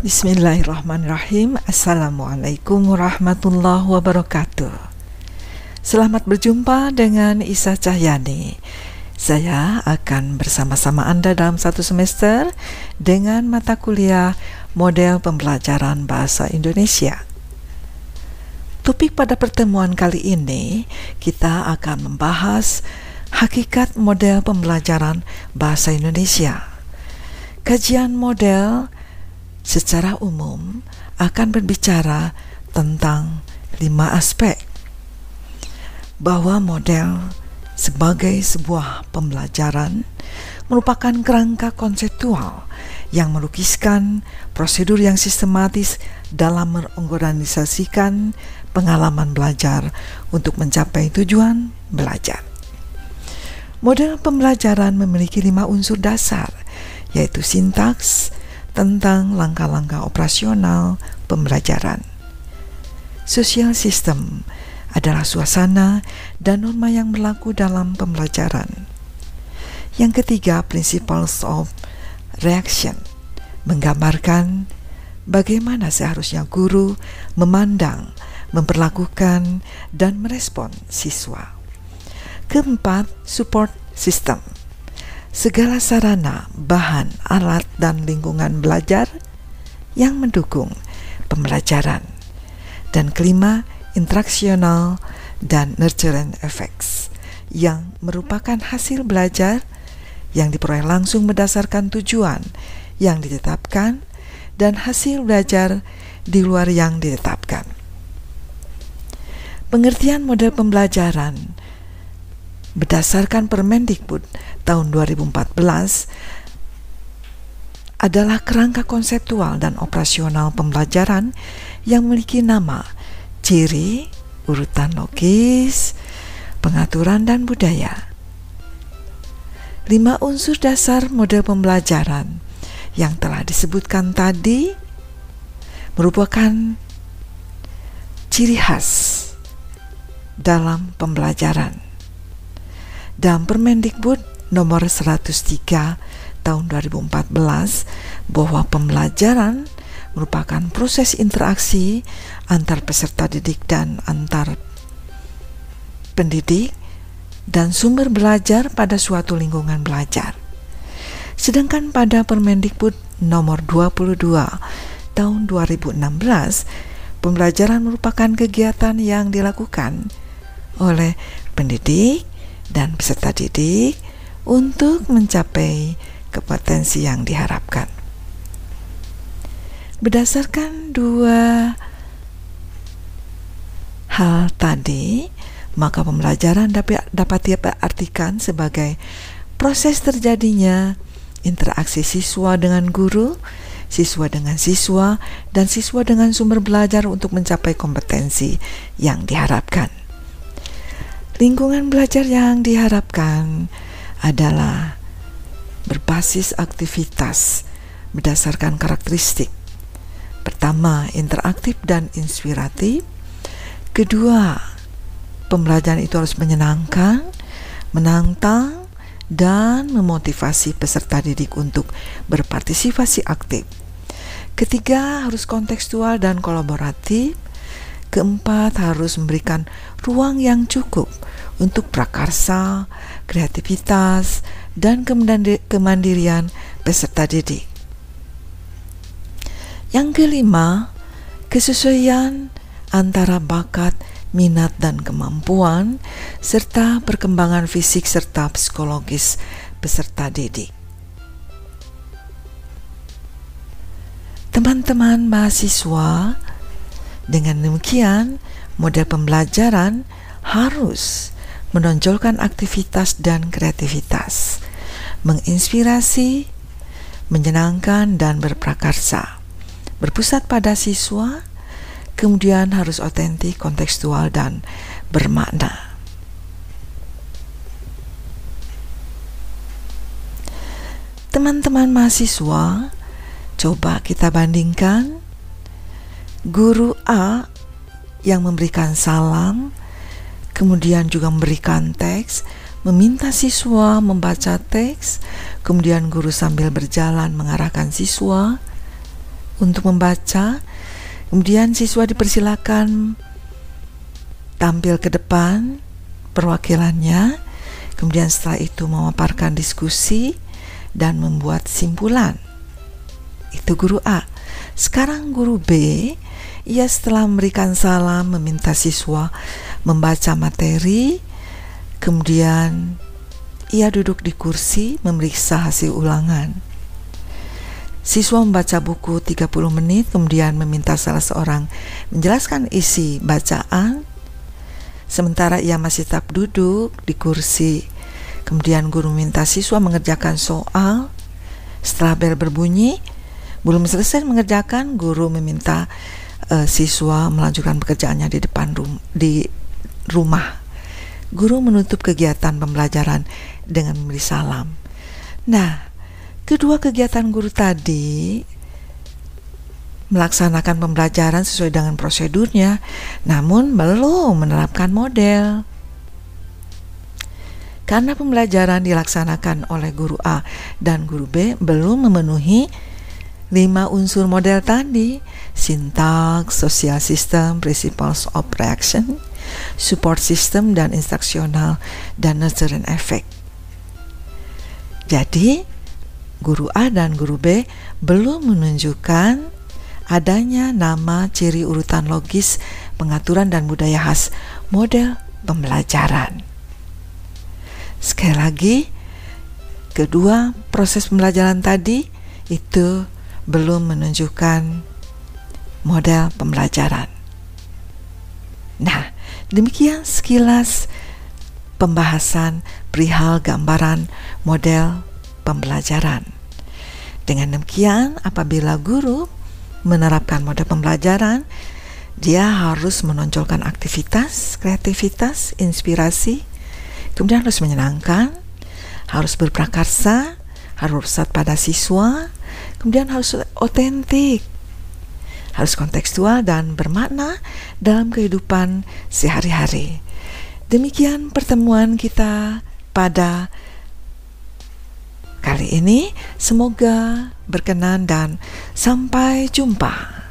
Bismillahirrahmanirrahim. Assalamualaikum warahmatullahi wabarakatuh. Selamat berjumpa dengan Isa Cahyani. Saya akan bersama-sama Anda dalam satu semester dengan mata kuliah model pembelajaran bahasa Indonesia. Topik pada pertemuan kali ini kita akan membahas hakikat model pembelajaran bahasa Indonesia. Kajian model secara umum akan berbicara tentang 5 aspek, bahwa model sebagai sebuah pembelajaran merupakan kerangka konseptual yang melukiskan prosedur yang sistematis dalam mengorganisasikan pengalaman belajar untuk mencapai tujuan belajar. Model pembelajaran memiliki 5 unsur dasar, yaitu sintaks, tentang langkah-langkah operasional pembelajaran. Social system adalah suasana dan norma yang berlaku dalam pembelajaran. Yang ketiga, principles of reaction, menggambarkan bagaimana seharusnya guru memandang, memperlakukan, dan merespon siswa. Keempat, support system, segala sarana, bahan, alat, dan lingkungan belajar yang mendukung pembelajaran. Dan kelima, interaksional dan nurturing effects, yang merupakan hasil belajar yang diperoleh langsung berdasarkan tujuan yang ditetapkan dan hasil belajar di luar yang ditetapkan. Pengertian model pembelajaran berdasarkan Permendikbud tahun 2014 adalah kerangka konseptual dan operasional pembelajaran yang memiliki nama, ciri, urutan logis, pengaturan, dan budaya. 5 unsur dasar model pembelajaran yang telah disebutkan tadi merupakan ciri khas dalam pembelajaran. Dalam Permendikbud nomor 103 tahun 2014 bahwa pembelajaran merupakan proses interaksi antar peserta didik dan antar pendidik dan sumber belajar pada suatu lingkungan belajar. Sedangkan pada Permendikbud nomor 22 tahun 2016, pembelajaran merupakan kegiatan yang dilakukan oleh pendidik dan peserta didik untuk mencapai kompetensi yang diharapkan. Berdasarkan 2 hal tadi, maka pembelajaran dapat diartikan sebagai proses terjadinya interaksi siswa dengan guru, siswa dengan siswa, dan siswa dengan sumber belajar untuk mencapai kompetensi yang diharapkan. Lingkungan belajar yang diharapkan adalah berbasis aktivitas berdasarkan karakteristik. Pertama, interaktif dan inspiratif. Kedua, pembelajaran itu harus menyenangkan, menantang, dan memotivasi peserta didik untuk berpartisipasi aktif. Ketiga, harus kontekstual dan kolaboratif. Keempat, harus memberikan ruang yang cukup untuk prakarsa, kreativitas, dan kemandirian peserta didik. Yang kelima, kesesuaian antara bakat, minat, dan kemampuan, serta perkembangan fisik serta psikologis peserta didik. Teman-teman mahasiswa, dengan demikian, model pembelajaran harus menonjolkan aktivitas dan kreativitas, menginspirasi, menyenangkan, dan berprakarsa, berpusat pada siswa, kemudian harus otentik, kontekstual, dan bermakna. Teman-teman mahasiswa, coba kita bandingkan guru A yang memberikan salam, kemudian juga memberikan teks, meminta siswa membaca teks, kemudian guru sambil berjalan mengarahkan siswa untuk membaca. Kemudian siswa dipersilakan tampil ke depan perwakilannya. Kemudian setelah itu memaparkan diskusi dan membuat simpulan. Itu guru A. Sekarang guru B, ia setelah memberikan salam meminta siswa membaca materi. Kemudian ia duduk di kursi memeriksa hasil ulangan. Siswa membaca buku 30 menit, kemudian meminta salah seorang menjelaskan isi bacaan. Sementara ia masih tetap duduk di kursi. Kemudian guru minta siswa mengerjakan soal. Setelah bel berbunyi, belum selesai mengerjakan, guru meminta siswa melanjutkan pekerjaannya di rumah. Guru menutup kegiatan pembelajaran dengan memberi salam. Nah, kedua kegiatan guru tadi melaksanakan pembelajaran sesuai dengan prosedurnya, namun belum menerapkan model. Karena pembelajaran dilaksanakan oleh guru A dan guru B belum memenuhi 5 unsur model tadi: sintaks, social system, principles of reaction, support system, dan instruksional dan nurture and effect. Jadi, guru A dan guru B belum menunjukkan adanya nama, ciri, urutan logis, pengaturan, dan budaya khas model pembelajaran. Sekali lagi, kedua proses pembelajaran tadi itu belum menunjukkan model pembelajaran. Nah, demikian sekilas pembahasan perihal gambaran model pembelajaran. Dengan demikian, apabila guru menerapkan model pembelajaran, dia harus menonjolkan aktivitas, kreativitas, inspirasi, kemudian harus menyenangkan, harus berprakarsa, harus bersat pada siswa, kemudian harus otentik, harus kontekstual dan bermakna dalam kehidupan sehari-hari. Demikian pertemuan kita pada kali ini. Semoga berkenan dan sampai jumpa.